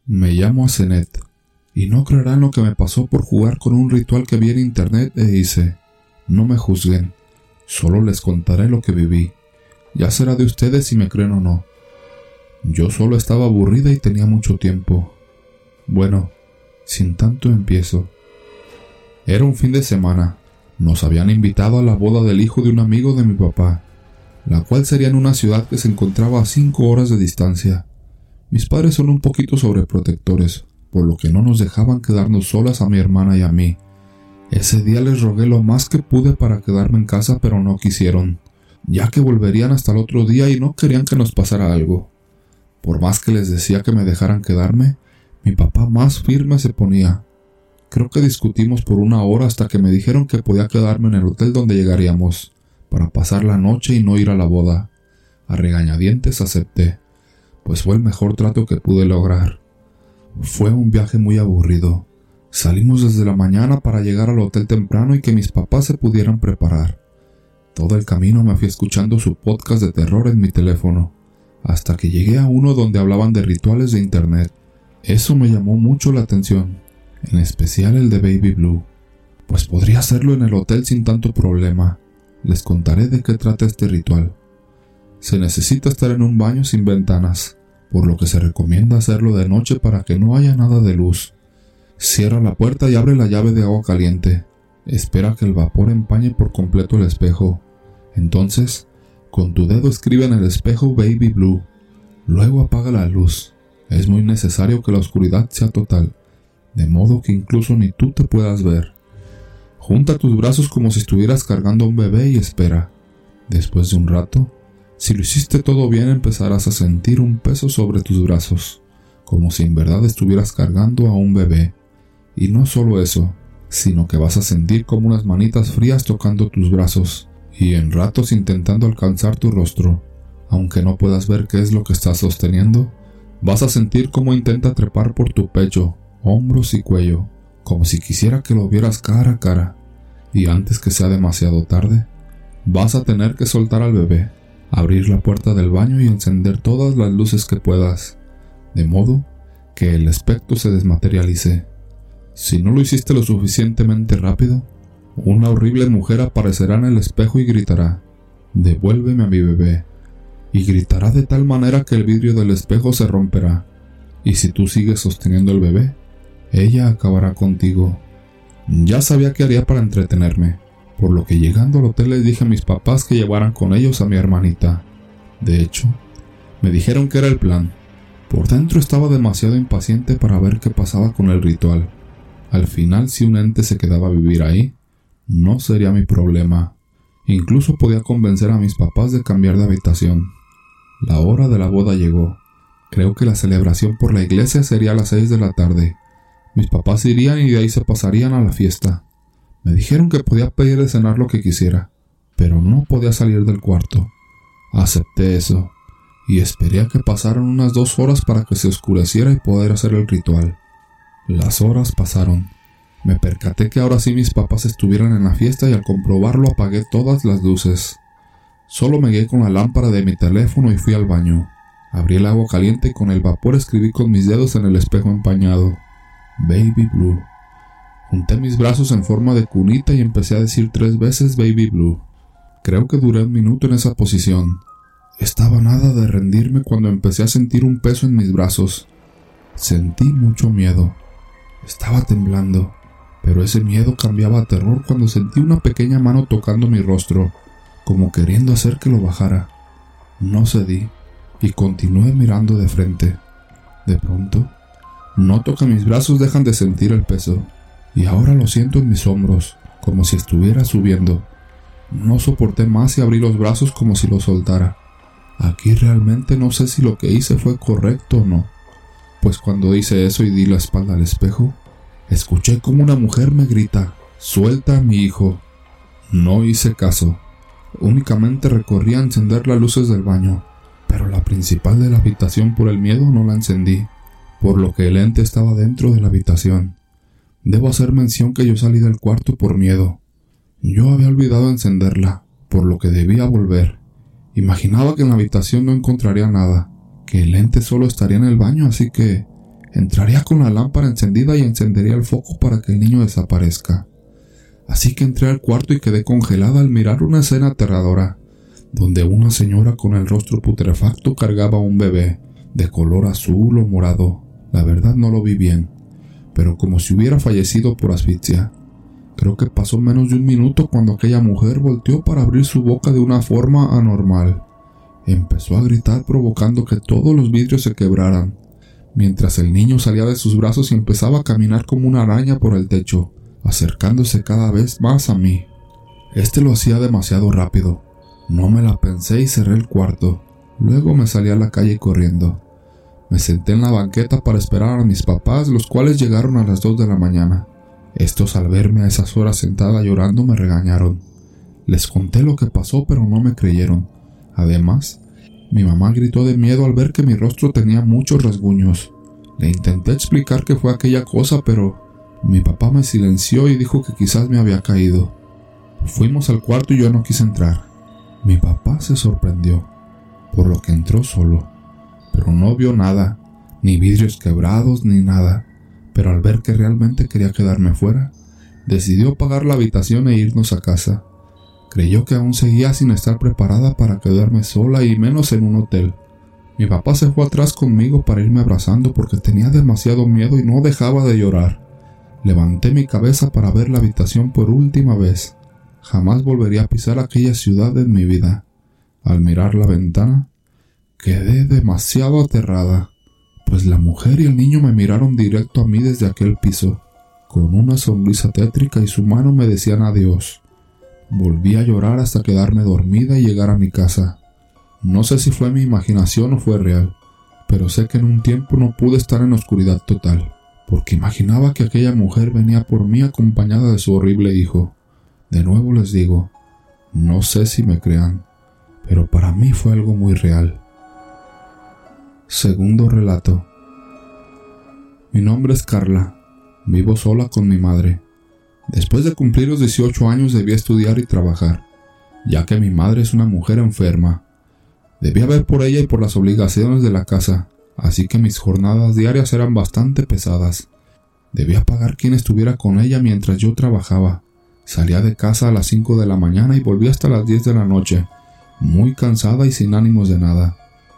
Me llamo Asenet, y no creerán lo que me pasó por jugar con un ritual que vi en internet e hice. No me juzguen, solo les contaré lo que viví. Ya será de ustedes si me creen o no. Yo solo estaba aburrida y tenía mucho tiempo. Bueno, sin tanto empiezo. Era un fin de semana. Nos habían invitado a la boda del hijo de un amigo de mi papá, la cual sería en una ciudad que se encontraba a 5 horas de distancia. Mis padres son un poquito sobreprotectores, por lo que no nos dejaban quedarnos solas a mi hermana y a mí. Ese día les rogué lo más que pude para quedarme en casa, pero no quisieron, ya que volverían hasta el otro día y no querían que nos pasara algo. Por más que les decía que me dejaran quedarme, mi papá más firme se ponía. Creo que discutimos por 1 hora hasta que me dijeron que podía quedarme en el hotel donde llegaríamos, para pasar la noche y no ir a la boda. A regañadientes acepté, pues fue el mejor trato que pude lograr. Fue un viaje muy aburrido. Salimos desde la mañana para llegar al hotel temprano y que mis papás se pudieran preparar. Todo el camino me fui escuchando su podcast de terror en mi teléfono, hasta que llegué a uno donde hablaban de rituales de internet. Eso me llamó mucho la atención, en especial el de Baby Blue, pues podría hacerlo en el hotel sin tanto problema. Les contaré de qué trata este ritual. Se necesita estar en un baño sin ventanas, por lo que se recomienda hacerlo de noche para que no haya nada de luz. Cierra la puerta y abre la llave de agua caliente. Espera que el vapor empañe por completo el espejo. Entonces, con tu dedo escribe en el espejo Baby Blue. Luego apaga la luz. Es muy necesario que la oscuridad sea total, de modo que incluso ni tú te puedas ver. Junta tus brazos como si estuvieras cargando a un bebé y espera. Después de un rato, si lo hiciste todo bien, empezarás a sentir un peso sobre tus brazos, como si en verdad estuvieras cargando a un bebé. Y no solo eso, sino que vas a sentir como unas manitas frías tocando tus brazos, y en ratos intentando alcanzar tu rostro. Aunque no puedas ver qué es lo que estás sosteniendo, vas a sentir cómo intenta trepar por tu pecho, hombros y cuello, como si quisiera que lo vieras cara a cara. Y antes que sea demasiado tarde, vas a tener que soltar al bebé, abrir la puerta del baño y encender todas las luces que puedas, de modo que el espectro se desmaterialice. Si no lo hiciste lo suficientemente rápido, una horrible mujer aparecerá en el espejo y gritará: «Devuélveme a mi bebé», y gritará de tal manera que el vidrio del espejo se romperá, y si tú sigues sosteniendo el bebé, ella acabará contigo. Ya sabía qué haría para entretenerme, por lo que llegando al hotel les dije a mis papás que llevaran con ellos a mi hermanita. De hecho, me dijeron que era el plan. Por dentro estaba demasiado impaciente para ver qué pasaba con el ritual. Al final, si un ente se quedaba a vivir ahí, no sería mi problema. Incluso podía convencer a mis papás de cambiar de habitación. La hora de la boda llegó. Creo que la celebración por la iglesia sería a las 6 de la tarde. Mis papás irían y de ahí se pasarían a la fiesta. Me dijeron que podía pedir de cenar lo que quisiera, pero no podía salir del cuarto. Acepté eso, y esperé a que pasaran unas 2 horas para que se oscureciera y poder hacer el ritual. Las horas pasaron. Me percaté que ahora sí mis papás estuvieran en la fiesta y al comprobarlo apagué todas las luces. Solo me guié con la lámpara de mi teléfono y fui al baño. Abrí el agua caliente y con el vapor escribí con mis dedos en el espejo empañado: Baby Blue. Junté mis brazos en forma de cunita y empecé a decir 3 veces Baby Blue. Creo que duré 1 minuto en esa posición. Estaba nada de rendirme cuando empecé a sentir un peso en mis brazos. Sentí mucho miedo. Estaba temblando, pero ese miedo cambiaba a terror cuando sentí una pequeña mano tocando mi rostro, como queriendo hacer que lo bajara. No cedí y continué mirando de frente. De pronto, noto que mis brazos dejan de sentir el peso, y ahora lo siento en mis hombros, como si estuviera subiendo. No soporté más y abrí los brazos como si los soltara. Aquí realmente no sé si lo que hice fue correcto o no, pues cuando hice eso y di la espalda al espejo, escuché como una mujer me grita: «¡Suelta a mi hijo!». No hice caso. Únicamente recorrí a encender las luces del baño, pero la principal de la habitación por el miedo no la encendí, por lo que el ente estaba dentro de la habitación. Debo hacer mención que yo salí del cuarto por miedo. Yo había olvidado encenderla, por lo que debía volver. Imaginaba que en la habitación no encontraría nada, que el ente solo estaría en el baño, así que entraría con la lámpara encendida y encendería el foco para que el niño desaparezca. Así que entré al cuarto y quedé congelada al mirar una escena aterradora, donde una señora con el rostro putrefacto cargaba a un bebé, de color azul o morado. La verdad no lo vi bien, pero como si hubiera fallecido por asfixia. Creo que pasó menos de un minuto cuando aquella mujer volteó para abrir su boca de una forma anormal. Empezó a gritar provocando que todos los vidrios se quebraran, mientras el niño salía de sus brazos y empezaba a caminar como una araña por el techo, acercándose cada vez más a mí. Lo hacía demasiado rápido. No me la pensé y cerré el cuarto. Luego me salí a la calle corriendo. Me senté en la banqueta para esperar a mis papás, los cuales llegaron a las 2 de la mañana. Estos, al verme a esas horas sentada llorando, me regañaron. Les conté lo que pasó, pero no me creyeron. Además, mi mamá gritó de miedo al ver que mi rostro tenía muchos rasguños. Le intenté explicar qué fue aquella cosa, pero mi papá me silenció y dijo que quizás me había caído. Fuimos al cuarto y yo no quise entrar. Mi papá se sorprendió, por lo que entró solo, pero no vio nada, ni vidrios quebrados ni nada. Pero al ver que realmente quería quedarme fuera, decidió pagar la habitación e irnos a casa. Creyó que aún seguía sin estar preparada para quedarme sola y menos en un hotel. Mi papá se fue atrás conmigo para irme abrazando porque tenía demasiado miedo y no dejaba de llorar. Levanté mi cabeza para ver la habitación por última vez. Jamás volvería a pisar aquella ciudad en mi vida. Al mirar la ventana, quedé demasiado aterrada, pues la mujer y el niño me miraron directo a mí desde aquel piso, con una sonrisa tétrica, y su mano me decían adiós. Volví a llorar hasta quedarme dormida y llegar a mi casa. No sé si fue mi imaginación o fue real, pero sé que en un tiempo no pude estar en oscuridad total, porque imaginaba que aquella mujer venía por mí acompañada de su horrible hijo. De nuevo les digo, no sé si me crean, pero para mí fue algo muy real. Segundo relato. Mi nombre es Carla. Vivo sola con mi madre. Después de cumplir los 18 años debía estudiar y trabajar, ya que mi madre es una mujer enferma. Debía ver por ella y por las obligaciones de la casa, así que mis jornadas diarias eran bastante pesadas. Debía pagar quien estuviera con ella mientras yo trabajaba. Salía de casa a las 5 de la mañana y volvía hasta las 10 de la noche, muy cansada y sin ánimos de nada.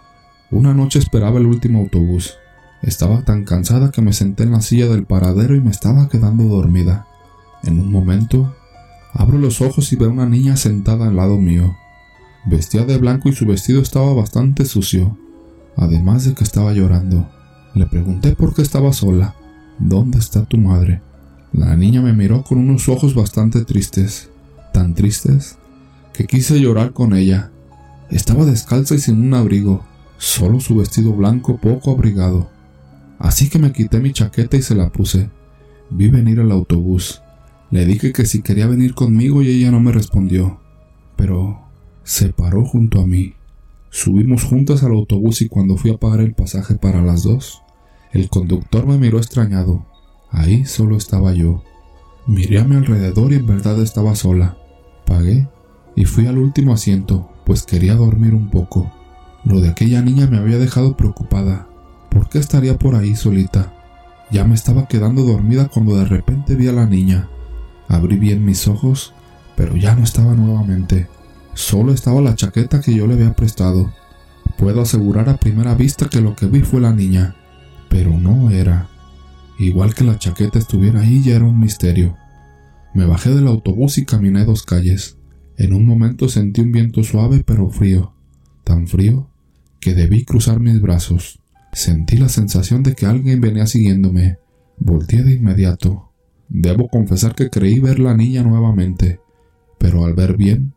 Una noche esperaba el último autobús. Estaba tan cansada que me senté en la silla del paradero y me estaba quedando dormida. En un momento, abro los ojos y veo a una niña sentada al lado mío. Vestía de blanco y su vestido estaba bastante sucio, además de que estaba llorando. Le pregunté por qué estaba sola. ¿Dónde está tu madre? La niña me miró con unos ojos bastante tristes, tan tristes que quise llorar con ella. Estaba descalza y sin un abrigo, solo su vestido blanco poco abrigado. Así que me quité mi chaqueta y se la puse. Vi venir el autobús. Le dije que si quería venir conmigo y ella no me respondió, pero se paró junto a mí. Subimos juntas al autobús y cuando fui a pagar el pasaje para las 2, el conductor me miró extrañado. Ahí solo estaba yo. Miré a mi alrededor y en verdad estaba sola. Pagué y fui al último asiento, pues quería dormir un poco. Lo de aquella niña me había dejado preocupada. ¿Por qué estaría por ahí solita? Ya me estaba quedando dormida cuando de repente vi a la niña. Abrí bien mis ojos, pero ya no estaba nuevamente. Solo estaba la chaqueta que yo le había prestado. Puedo asegurar a primera vista que lo que vi fue la niña, pero no era. Igual que la chaqueta estuviera ahí ya era un misterio. Me bajé del autobús y caminé 2 calles. En un momento sentí un viento suave pero frío, tan frío que debí cruzar mis brazos. Sentí la sensación de que alguien venía siguiéndome. Volteé de inmediato. Debo confesar que creí ver la niña nuevamente, pero al ver bien,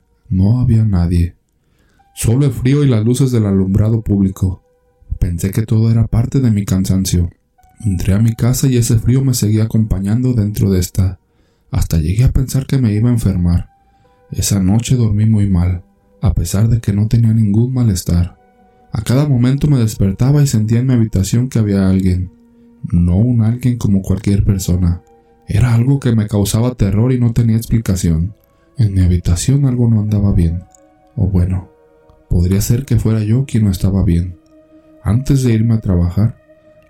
no había nadie. Solo el frío y las luces del alumbrado público. Pensé que todo era parte de mi cansancio. Entré a mi casa y ese frío me seguía acompañando dentro de esta. Hasta llegué a pensar que me iba a enfermar. Esa noche dormí muy mal, a pesar de que no tenía ningún malestar. A cada momento me despertaba y sentía en mi habitación que había alguien. No un alguien como cualquier persona. Era algo que me causaba terror y no tenía explicación. En mi habitación algo no andaba bien. O bueno, podría ser que fuera yo quien no estaba bien. Antes de irme a trabajar,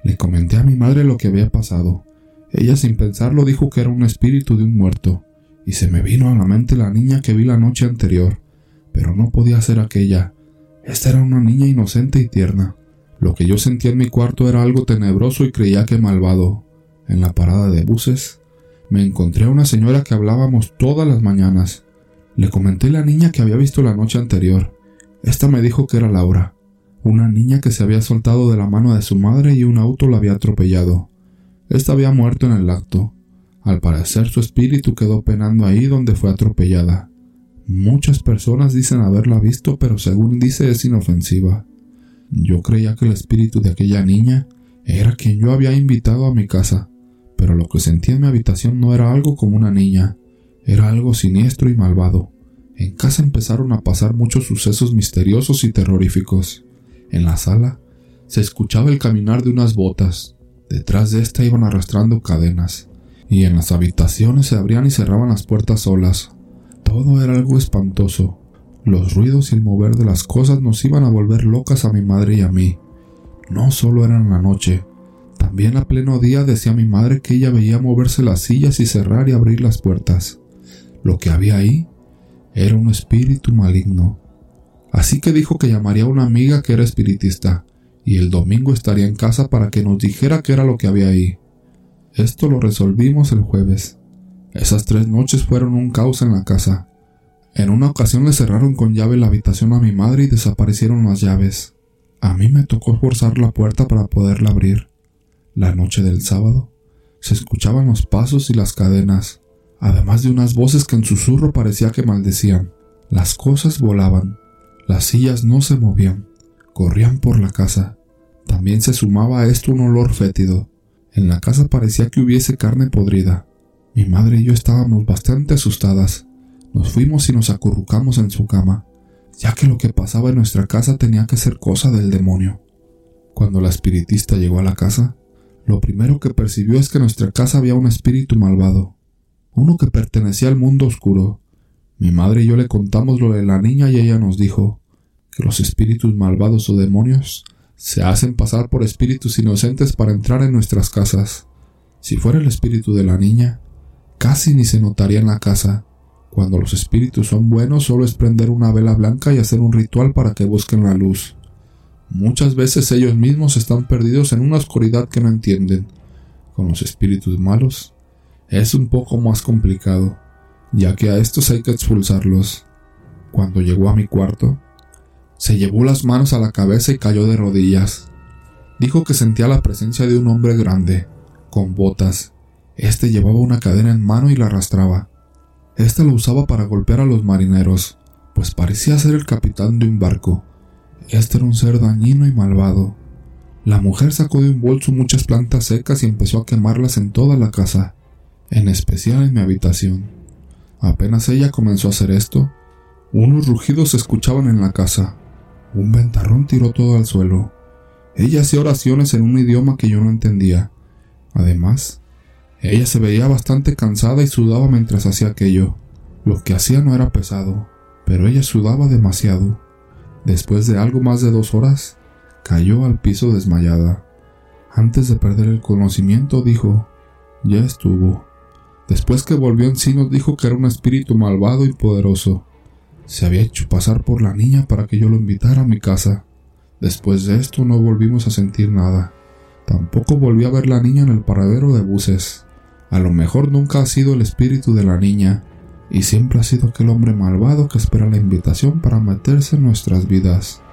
Le comenté a mi madre lo que había pasado. Ella sin pensarlo dijo que era un espíritu de un muerto, y se me vino a la mente la niña que vi la noche anterior, pero no podía ser aquella. Esta era una niña inocente y tierna. Lo que yo sentía en mi cuarto era algo tenebroso y creía que malvado. En la parada de buses, me encontré a una señora que hablábamos todas las mañanas. Le comenté la niña que había visto la noche anterior. Esta me dijo que era Laura, una niña que se había soltado de la mano de su madre y un auto la había atropellado. Esta había muerto en el acto. Al parecer su espíritu quedó penando ahí donde fue atropellada. Muchas personas dicen haberla visto, pero según dice es inofensiva. Yo creía que el espíritu de aquella niña era quien yo había invitado a mi casa, pero lo que sentí en mi habitación no era algo como una niña, era algo siniestro y malvado. En casa empezaron a pasar muchos sucesos misteriosos y terroríficos. En la sala se escuchaba el caminar de unas botas. Detrás de esta iban arrastrando cadenas, y en las habitaciones se abrían y cerraban las puertas solas. Todo era algo espantoso. Los ruidos y el mover de las cosas nos iban a volver locas a mi madre y a mí. No solo era en la noche, también a pleno día decía mi madre que ella veía moverse las sillas y cerrar y abrir las puertas. Lo que había ahí era un espíritu maligno. Así que dijo que llamaría a una amiga que era espiritista, y el domingo estaría en casa para que nos dijera qué era lo que había ahí. Esto lo resolvimos el jueves. Esas 3 noches fueron un caos en la casa. En una ocasión le cerraron con llave la habitación a mi madre y desaparecieron las llaves. A mí me tocó forzar la puerta para poderla abrir. La noche del sábado se escuchaban los pasos y las cadenas, además de unas voces que en susurro parecía que maldecían. Las cosas volaban, las sillas no se movían, corrían por la casa. También se sumaba a esto un olor fétido. En la casa parecía que hubiese carne podrida. Mi madre y yo estábamos bastante asustadas. Nos fuimos y nos acurrucamos en su cama, ya que lo que pasaba en nuestra casa tenía que ser cosa del demonio. Cuando la espiritista llegó a la casa, lo primero que percibió es que en nuestra casa había un espíritu malvado, uno que pertenecía al mundo oscuro. Mi madre y yo le contamos lo de la niña y ella nos dijo que los espíritus malvados o demonios se hacen pasar por espíritus inocentes para entrar en nuestras casas. Si fuera el espíritu de la niña, casi ni se notaría en la casa. Cuando los espíritus son buenos, solo es prender una vela blanca y hacer un ritual para que busquen la luz. Muchas veces ellos mismos están perdidos en una oscuridad que no entienden. Con los espíritus malos es un poco más complicado, ya que a estos hay que expulsarlos. Cuando llegó a mi cuarto, se llevó las manos a la cabeza y cayó de rodillas. Dijo que sentía la presencia de un hombre grande, con botas. Este llevaba una cadena en mano y la arrastraba. Este lo usaba para golpear a los marineros, pues parecía ser el capitán de un barco. Este era un ser dañino y malvado. La mujer sacó de un bolso muchas plantas secas y empezó a quemarlas en toda la casa, en especial en mi habitación. Apenas ella comenzó a hacer esto, unos rugidos se escuchaban en la casa. Un ventarrón tiró todo al suelo. Ella hacía oraciones en un idioma que yo no entendía. Además, ella se veía bastante cansada y sudaba mientras hacía aquello. Lo que hacía no era pesado, pero ella sudaba demasiado. Después de algo más de 2 horas, cayó al piso desmayada. Antes de perder el conocimiento dijo, ya estuvo. Después que volvió en sí nos dijo que era un espíritu malvado y poderoso. Se había hecho pasar por la niña para que yo lo invitara a mi casa. Después de esto no volvimos a sentir nada. Tampoco volví a ver la niña en el paradero de buses. A lo mejor nunca ha sido el espíritu de la niña, y siempre ha sido aquel hombre malvado que espera la invitación para meterse en nuestras vidas.